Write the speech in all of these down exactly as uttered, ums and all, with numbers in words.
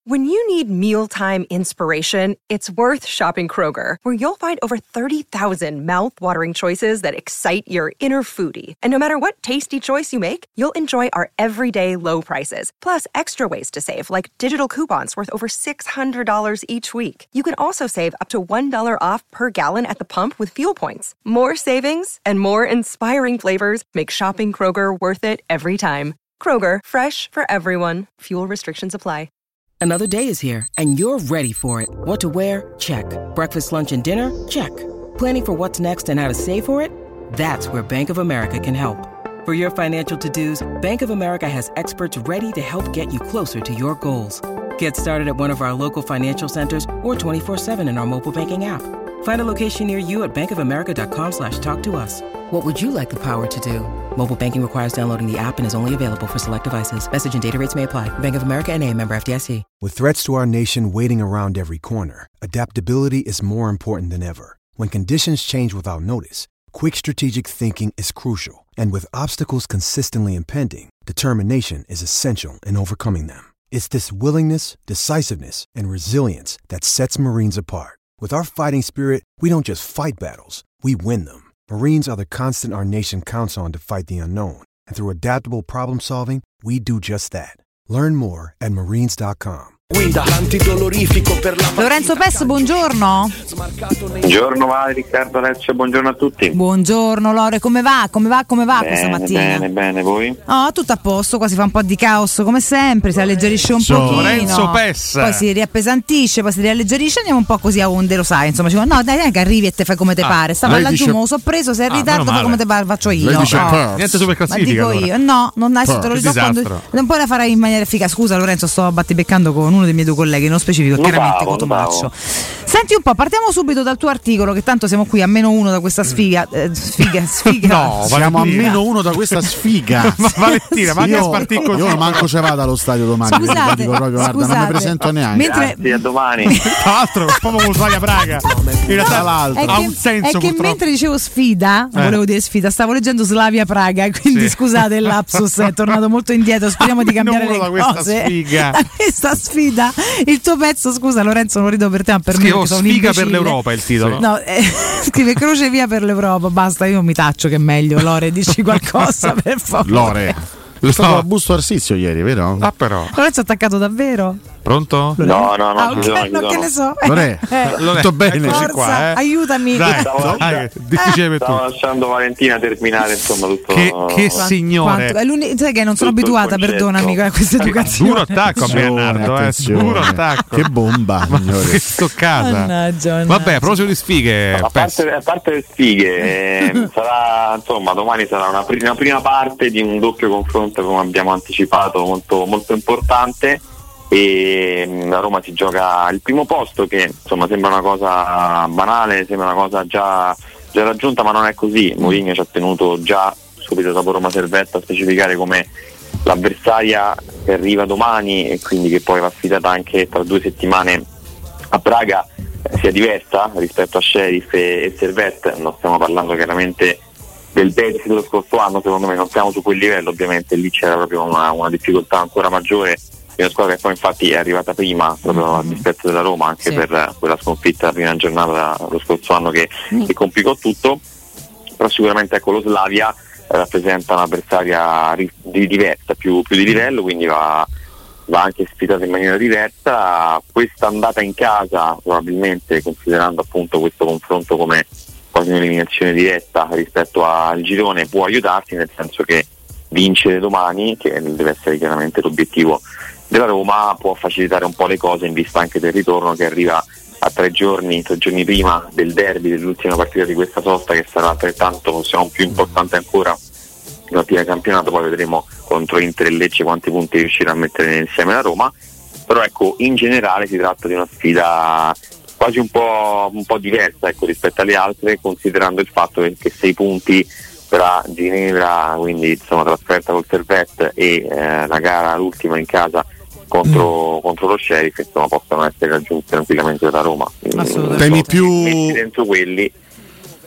When you need mealtime inspiration, it's worth shopping Kroger, where you'll find over thirty thousand mouth-watering choices that excite your inner foodie. And no matter what tasty choice you make, you'll enjoy our everyday low prices, plus extra ways to save, like digital coupons worth over six hundred dollars each week. You can also save up to one dollar off per gallon at the pump with fuel points. More savings and more inspiring flavors make shopping Kroger worth it every time. Kroger, fresh for everyone. Fuel restrictions apply. Another day is here, and you're ready for it. What to wear? Check. Breakfast, lunch, and dinner? Check. Planning for what's next and how to save for it? That's where Bank of America can help. For your financial to-dos, Bank of America has experts ready to help get you closer to your goals. Get started at one of our local financial centers or twenty-four seven in our mobile banking app. Find a location near you at bankofamerica.com slash talk to us. What would you like the power to do? Mobile banking requires downloading the app and is only available for select devices. Message and data rates may apply. Bank of America N A, member F D I C. With threats to our nation waiting around every corner, adaptability is more important than ever. When conditions change without notice, quick strategic thinking is crucial. And with obstacles consistently impending, determination is essential in overcoming them. It's this willingness, decisiveness, and resilience that sets Marines apart. With our fighting spirit, we don't just fight battles, we win them. Marines are the constant our nation counts on to fight the unknown. And through adaptable problem solving, we do just that. Learn more at marines dot com. Lorenzo Pes, buongiorno. Buongiorno Vale, Riccardo, Alessio, buongiorno a tutti. Buongiorno Lore, come va? Come va? Come va bene, questa mattina? Bene, bene, voi? Oh, tutto a posto, qua si fa un po' di caos come sempre, si alleggerisce un so, pochino. Lorenzo Pes. Poi si riappesantisce, poi si rialleggerisce, andiamo un po' così a onde, lo sai, insomma, ci dico, no, dai, dai che arrivi e te fai come te ah, pare. Stavo laggiù, dice... me lo so preso, sei in ah, ritardo, fai come te pare, faccio io. Lei dice no. Niente super classifica. Ma dico allora. io, no, non hai te lo ricordo quando non puoi la fare in maniera efficace. Scusa Lorenzo, sto battibeccando con uno dei miei due colleghi, non specifico, non chiaramente bravo, Cotomaccio. Senti un po', partiamo subito dal tuo articolo, che tanto siamo qui a meno uno da questa sfiga. Eh, sfiga, sfiga. No, siamo a meno uno da questa sfiga. Ma Valentina, ma che spartì così? Io non manco ce vado allo stadio domani. Scusate, dico proprio, guarda, scusate. non mi presento neanche. Mentre... Grazie, a domani. Tra l'altro, proprio con Slavia Praga. In realtà l'altro ha un senso. È che purtroppo. Mentre dicevo sfida, eh. volevo dire sfida, stavo leggendo Slavia Praga, quindi sì. Scusate il lapsus, è tornato molto indietro. Speriamo di cambiare le da cose. Questa sfiga. Da questa sfida. Il tuo pezzo, scusa Lorenzo, non rido per te, ma per Scrivo me. Che sono sfiga per l'Europa è il titolo. No, eh, scrive croce via per l'Europa, basta, io mi taccio che è meglio. Lore, dici qualcosa per favore. Lore. È stato no. a Busto Arsizio ieri, vero? Ah però. Lorenzo è attaccato davvero? Pronto? No, no, no. Ah, okay, sono, no che ne so. Non è? Eh, Tutto bene. Forza, qua, eh. aiutami. Dai, stavo, dai, eh. stavo lasciando Valentina terminare, insomma, tutto. Che, che signore. Quanto, sai che non sono tutto abituata, perdonami, a questa educazione. Duro attacco a Bernardo, eh. Duro attacco. Che bomba, signore. Che stoccata. Mannaggia, mannaggia. Vabbè, a proposito di sfighe. A parte, a parte le sfighe, eh, sarà, insomma, domani sarà una, pr- una prima parte di un doppio confronto, come abbiamo anticipato, molto, molto importante. E la Roma si gioca il primo posto, che insomma sembra una cosa banale, sembra una cosa già, già raggiunta, ma non è così. Mourinho ci ha tenuto già subito dopo Roma Servette a specificare come l'avversaria che arriva domani e quindi che poi va sfidata anche tra due settimane a Praga eh, sia diversa rispetto a Sheriff e, e Servette. Non stiamo parlando chiaramente del Betis dello scorso anno, secondo me non siamo su quel livello, ovviamente lì c'era proprio una, una difficoltà ancora maggiore. Una squadra che poi infatti è arrivata prima proprio a dispetto della Roma, anche sì. per quella sconfitta la prima giornata lo scorso anno che, mm. che complicò tutto, però sicuramente ecco lo Slavia rappresenta un'avversaria ri- di diversa, più, più di livello, quindi va, va anche sfidata in maniera diversa. Questa andata in casa probabilmente, considerando appunto questo confronto come quasi un'eliminazione diretta rispetto al girone, può aiutarsi, nel senso che vincere domani, che deve essere chiaramente l'obiettivo della Roma, può facilitare un po' le cose in vista anche del ritorno che arriva a tre giorni, tre giorni prima del derby, dell'ultima partita di questa sosta, che sarà altrettanto, se non più importante ancora, in ottica di campionato. Poi vedremo contro Inter e Lecce quanti punti riuscirà a mettere insieme la Roma, però ecco, in generale si tratta di una sfida quasi un po', un po' diversa ecco, rispetto alle altre, considerando il fatto che, che sei punti tra Ginevra, quindi insomma trasferta col Servette, e eh, la gara l'ultima in casa contro, mm. contro lo Sheriff, insomma possono essere raggiunti tranquillamente da Roma. Temi più metti dentro quelli.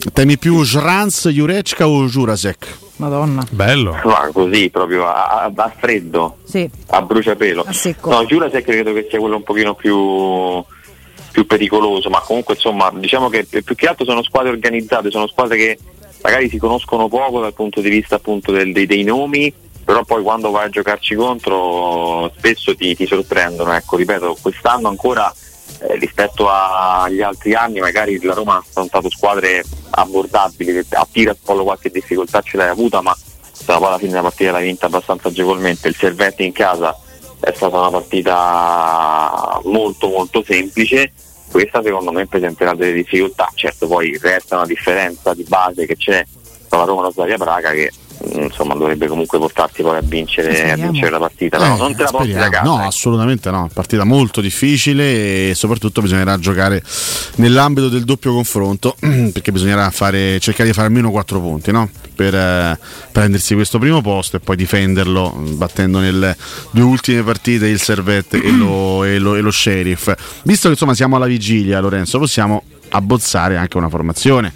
Temi più Žranc, Jurečka o Jurasek? Madonna. Bello. Ma così proprio a, a, a freddo, sì. A bruciapelo. A secco. No, Jurasek credo che sia quello un pochino più più pericoloso, ma comunque insomma diciamo che più che altro sono squadre organizzate, sono squadre che magari si conoscono poco dal punto di vista appunto del, dei, dei nomi, però poi quando vai a giocarci contro spesso ti, ti sorprendono. Ecco, ripeto, quest'anno ancora eh, rispetto agli altri anni magari la Roma ha affrontato squadre abbordabili, che a Tiraspol qualche difficoltà ce l'hai avuta, ma poi alla fine della partita l'hai vinta abbastanza agevolmente. Il Servette in casa è stata una partita molto molto semplice, questa secondo me presenterà delle difficoltà. Certo, poi resta una differenza di base che c'è tra la Roma e la Slavia Praga che insomma dovrebbe comunque portarti poi a vincere, a vincere la partita. Eh, no, non te la porti da casa. No, eh. assolutamente no, partita molto difficile e soprattutto bisognerà giocare nell'ambito del doppio confronto, perché bisognerà fare, cercare di fare almeno quattro punti, no? Per eh, prendersi questo primo posto e poi difenderlo battendo nelle due ultime partite il Servette e lo, e lo, e lo Sheriff. Visto che insomma siamo alla vigilia, Lorenzo, possiamo abbozzare anche una formazione.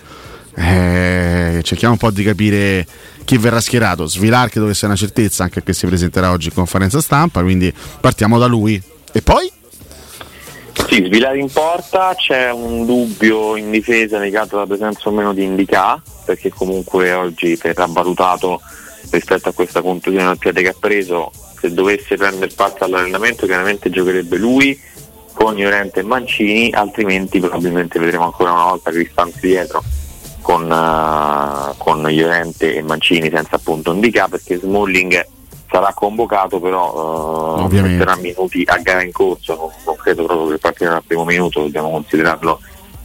Eh, cerchiamo un po' di capire chi verrà schierato. Svilar che dovesse essere una certezza, anche che si presenterà oggi in conferenza stampa, quindi partiamo da lui. E poi? Sì, Svilar in porta, c'è un dubbio in difesa legato alla presenza o meno di Ndicà, perché comunque oggi verrà valutato rispetto a questa contusione al piede che ha preso. Se dovesse prendere parte all'allenamento chiaramente giocherebbe lui con Llorente e Mancini, altrimenti probabilmente vedremo ancora una volta Cristante dietro con, uh, con Llorente e Mancini senza appunto Ndicà, perché Smalling sarà convocato, però uh, metterà minuti a gara in corso, non, non credo proprio che partirà dal primo minuto, dobbiamo considerarlo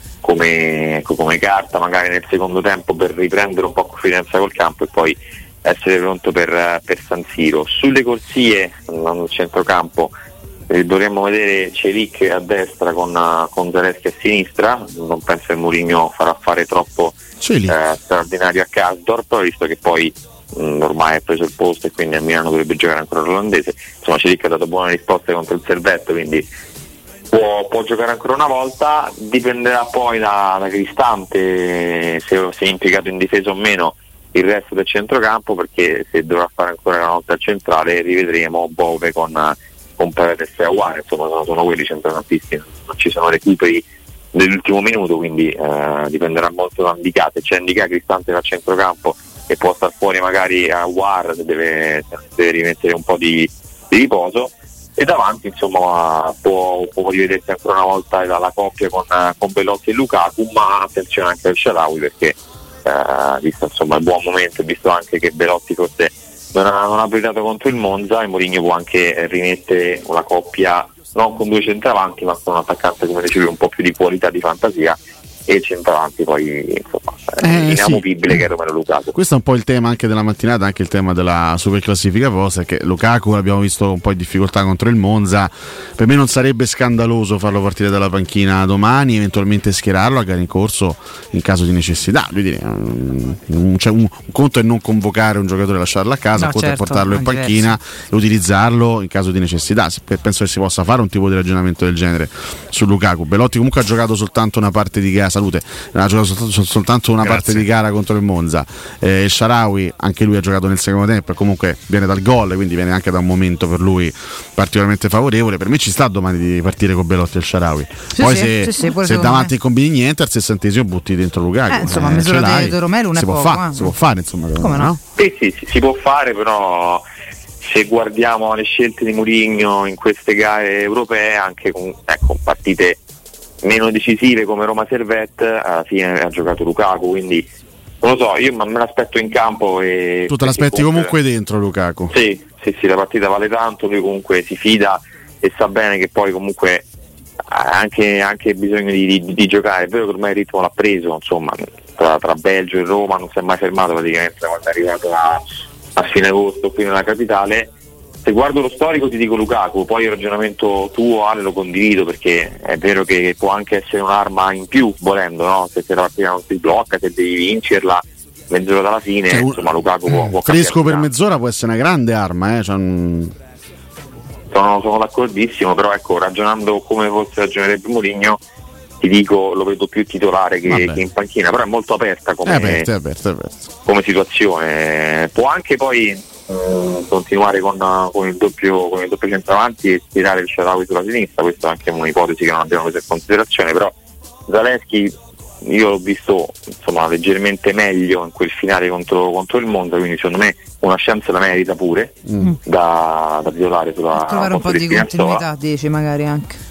come, come carta magari nel secondo tempo per riprendere un po' confidenza col campo e poi essere pronto per, per San Siro. Sulle corsie nel centrocampo eh, dovremmo vedere Celic a destra con, con Zalewski a sinistra. Non penso che Mourinho farà fare troppo eh, straordinario a Karsdorp, visto che poi mh, ormai ha preso il posto e quindi a Milano dovrebbe giocare ancora l'olandese. Insomma, Celic ha dato buone risposte contro il Servette, quindi può, può giocare ancora una volta. Dipenderà poi da, da Cristante se, se è impiegato in difesa o meno il resto del centrocampo, perché se dovrà fare ancora una volta al centrale rivedremo Bove con, con Paredes e Aouar. Insomma sono, sono quelli centrocampisti, non ci sono recuperi nell'ultimo minuto, quindi eh, dipenderà molto da Ndicà. Se c'è Ndicà, Cristante a centrocampo e può star fuori magari Aouar, deve, deve rimettere un po' di, di riposo, e davanti insomma può, può rivedersi ancora una volta la, la coppia con, con Belotti e Lukaku, ma attenzione anche al Shaarawy, perché Uh, visto insomma il buon momento, visto anche che Belotti forse non ha, non ha brillato contro il Monza, e Mourinho può anche rimettere una coppia non con due centravanti ma con un attaccante, come dicevi, un po' più di qualità, di fantasia, e il centravanti poi insomma eh, inamovibile, sì, che è Romelu Lukaku. Questo è un po' il tema anche della mattinata, anche il tema della super classifica posta, che Lukaku l'abbiamo visto un po' in difficoltà contro il Monza. Per me non sarebbe scandaloso farlo partire dalla panchina domani, eventualmente schierarlo a gara in corso in caso di necessità. Lui dire, um, cioè un, un conto è non convocare un giocatore e lasciarlo a casa, un no, conto certo, è portarlo in panchina diverso, e utilizzarlo in caso di necessità. Penso che si possa fare un tipo di ragionamento del genere su Lukaku. Belotti comunque ha giocato soltanto una parte di gara, salute, ha giocato soltanto, soltanto una Grazie. parte di gara contro il Monza. eh, il Shaarawy anche lui ha giocato nel secondo tempo e comunque viene dal gol, quindi viene anche da un momento per lui particolarmente favorevole. Per me ci sta domani di partire con Belotti e il Shaarawy, sì, poi sì, se, sì, sì, se davanti combini niente al sessantesimo butti dentro Lukaku, eh, insomma, eh, misura di Romelu si, può fa, si può fare insomma, come no? no? Sì, sì, sì, si può fare, però se guardiamo le scelte di Mourinho in queste gare europee, anche con ecco, partite meno decisive come Roma Servette, alla fine ha giocato Lukaku, quindi non lo so, io me l'aspetto in campo. E tu te l'aspetti comunque, comunque dentro Lukaku? Sì, sì, sì, la partita vale tanto, lui comunque si fida e sa bene che poi comunque ha anche, anche bisogno di, di, di giocare. È vero che ormai il ritmo l'ha preso, insomma, tra, tra Belgio e Roma non si è mai fermato praticamente quando è arrivato a, a fine agosto qui nella capitale. Se guardo lo storico ti dico Lukaku, poi il ragionamento tuo, Ale, lo condivido, perché è vero che può anche essere un'arma in più volendo, no? Se la partita non si blocca, se devi vincerla mezz'ora dalla fine, cioè, insomma Lukaku può, può fresco per mezz'ora può essere una grande arma, eh? Cioè, un... sono, sono d'accordissimo, però ecco, ragionando come forse ragionerebbe Mourinho, ti dico lo vedo più titolare che, che in panchina, però è molto aperta come, è aperta, è aperta, è aperta. come situazione. Può anche poi mh, continuare con, con il doppio con il doppio centravanti e tirare il Shaarawy sulla sinistra, questa è anche un'ipotesi che non abbiamo preso in considerazione, però Zalewski io l'ho visto insomma leggermente meglio in quel finale contro, contro il Monza, quindi secondo me una chance la merita pure mm. da, da titolare sulla trovare un po' di continuità, dici magari anche.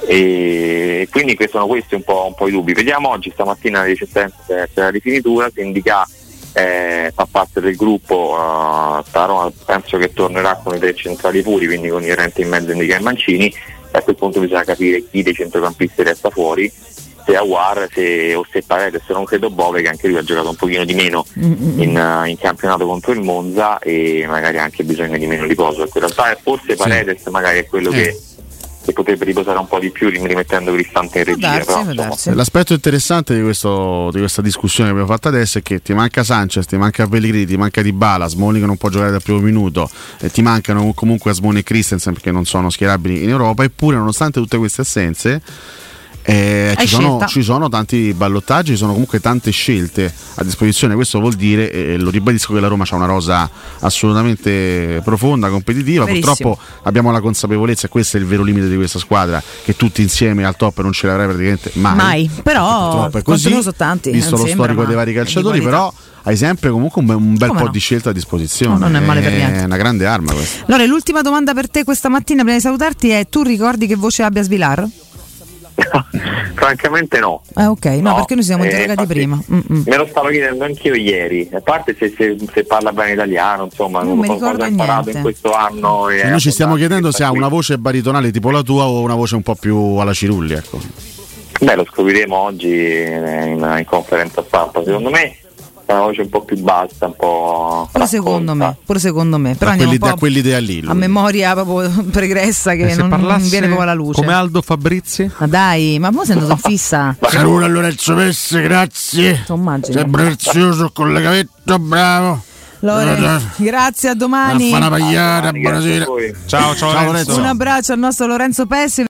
E quindi sono questi un po', un po' i dubbi. Vediamo oggi, stamattina alle diciassette c'è la rifinitura, si indica eh, fa parte del gruppo, uh, Roma penso che tornerà con i tre centrali puri, quindi con Llorente in mezzo indica e Mancini, e a quel punto bisogna capire chi dei centrocampisti resta fuori, se Aouar se, o se Paredes, non credo Bove, che anche lui ha giocato un pochino di meno in, uh, in campionato contro il Monza e magari anche bisogno di meno riposo. In realtà forse Paredes sì. magari è quello eh. che che potrebbe riposare un po' di più rimettendo Cristante in regia. Darsi, però, darsi. L'aspetto interessante di, questo, di questa discussione che abbiamo fatto adesso è che ti manca Sanchez, ti manca Pellegrini, ti manca Dybala, Smalling che non può giocare dal primo minuto, e ti mancano comunque Smalling e Christensen perché non sono schierabili in Europa, eppure nonostante tutte queste assenze Eh, ci, sono, ci sono tanti ballottaggi, ci sono comunque tante scelte a disposizione. Questo vuol dire, e eh, lo ribadisco, che la Roma ha una rosa assolutamente profonda, competitiva. Verissimo. Purtroppo abbiamo la consapevolezza, e questo è il vero limite di questa squadra, che tutti insieme al top non ce l'avrai praticamente mai, mai. Però è così, sono tanti, visto lo sembra, storico dei vari calciatori, però hai sempre comunque un bel, un bel po' no? di scelta a disposizione. No, non è male per niente. È una grande arma questa. Allora, l'ultima domanda per te questa mattina prima di salutarti è: tu ricordi che voce abbia Svilar? Francamente no. Eh, ok, no, no perché noi siamo interrogati eh, prima. Mm-mm. Me lo stavo chiedendo anch'io ieri. A parte se, se, se parla bene italiano, insomma, non cosa ho imparato niente. in questo anno. E noi ci stiamo chiedendo se ha una voce baritonale tipo la tua o una voce un po' più alla Cirulli, ecco. Beh, lo scopriremo oggi in, in conferenza stampa. Secondo me è una voce un po' più bassa, un po'. Pure secondo me, pure secondo me. Però da, quelli, un po' da quell'idea lì. A memoria proprio pregressa che non, non viene proprio alla luce. Come Aldo Fabrizi? Ma dai, ma poi sei andato in fissa. Saluto a Lorenzo Pesce, grazie. Sei prezioso il collegamento, bravo. Lore, grazie, a domani. A una pagliata, buonasera. Ciao, ciao, ciao Lorenzo. Un abbraccio al nostro Lorenzo Pesce.